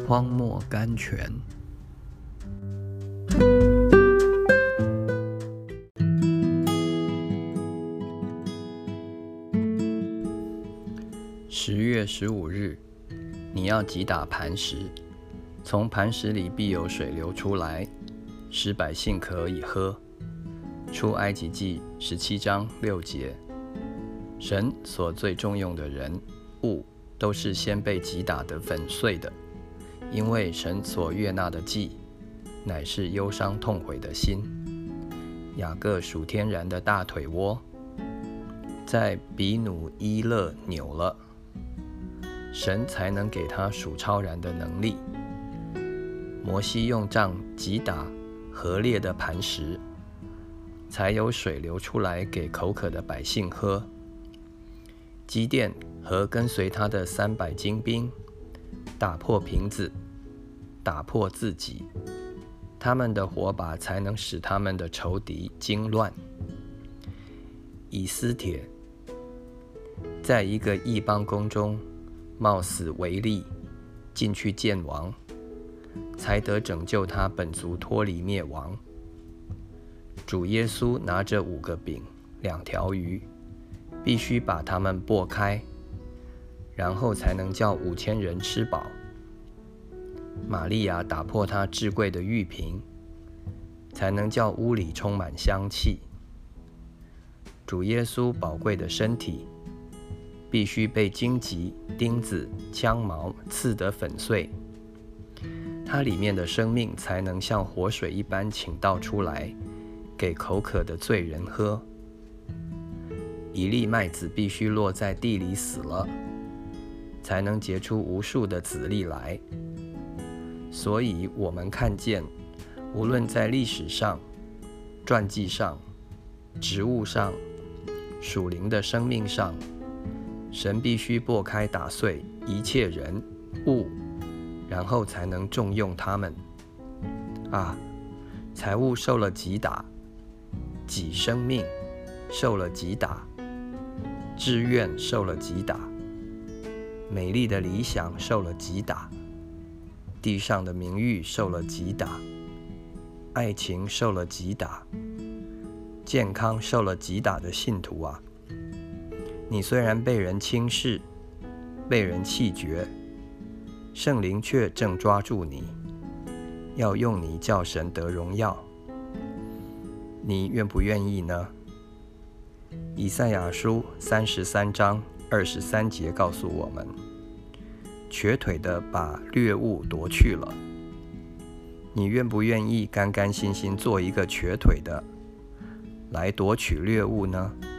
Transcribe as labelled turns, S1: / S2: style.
S1: 荒漠甘泉。10月15日，你要击打磐石，从磐石里必有水流出来，使百姓可以喝。出埃及记17章6节。神所最重用的人物，都是先被击打的粉碎的，因为神所悦纳的祭，乃是忧伤痛悔的心。雅各属天然的大腿窝，在比努伊勒扭了，神才能给他属超然的能力。摩西用杖击打河裂的磐石，才有水流出来给口渴的百姓喝。基甸和跟随他的300精兵，打破瓶子，打破自己，他们的火把才能使他们的仇敌惊乱。以斯帖在一个异邦宫中冒死为利，进去见王，才得拯救他本族脱离灭亡。主耶稣拿着5个饼2条鱼，必须把它们擘开，然后才能叫5000人吃饱。玛利亚打破她至贵的玉瓶，才能叫屋里充满香气。主耶稣宝贵的身体，必须被荆棘、钉子、枪矛刺得粉碎，它里面的生命才能像活水一般倾倒出来，给口渴的罪人喝。一粒麦子必须落在地里死了，才能结出无数的子粒来。所以我们看见，无论在历史上、传记上、植物上、属灵的生命上，神必须擘开打碎一切人物，然后才能重用他们。财物受了击打，己生命受了击打，志愿受了击打，美丽的理想受了击打，地上的名誉受了击打，爱情受了击打，健康受了击打的信徒啊，你虽然被人轻视，被人弃绝，圣灵却正抓住你，要用你叫神得荣耀。你愿不愿意呢？以赛亚书33章23节告诉我们，瘸腿的把掠物夺去了。你愿不愿意甘甘心心做一个瘸腿的，来夺取掠物呢？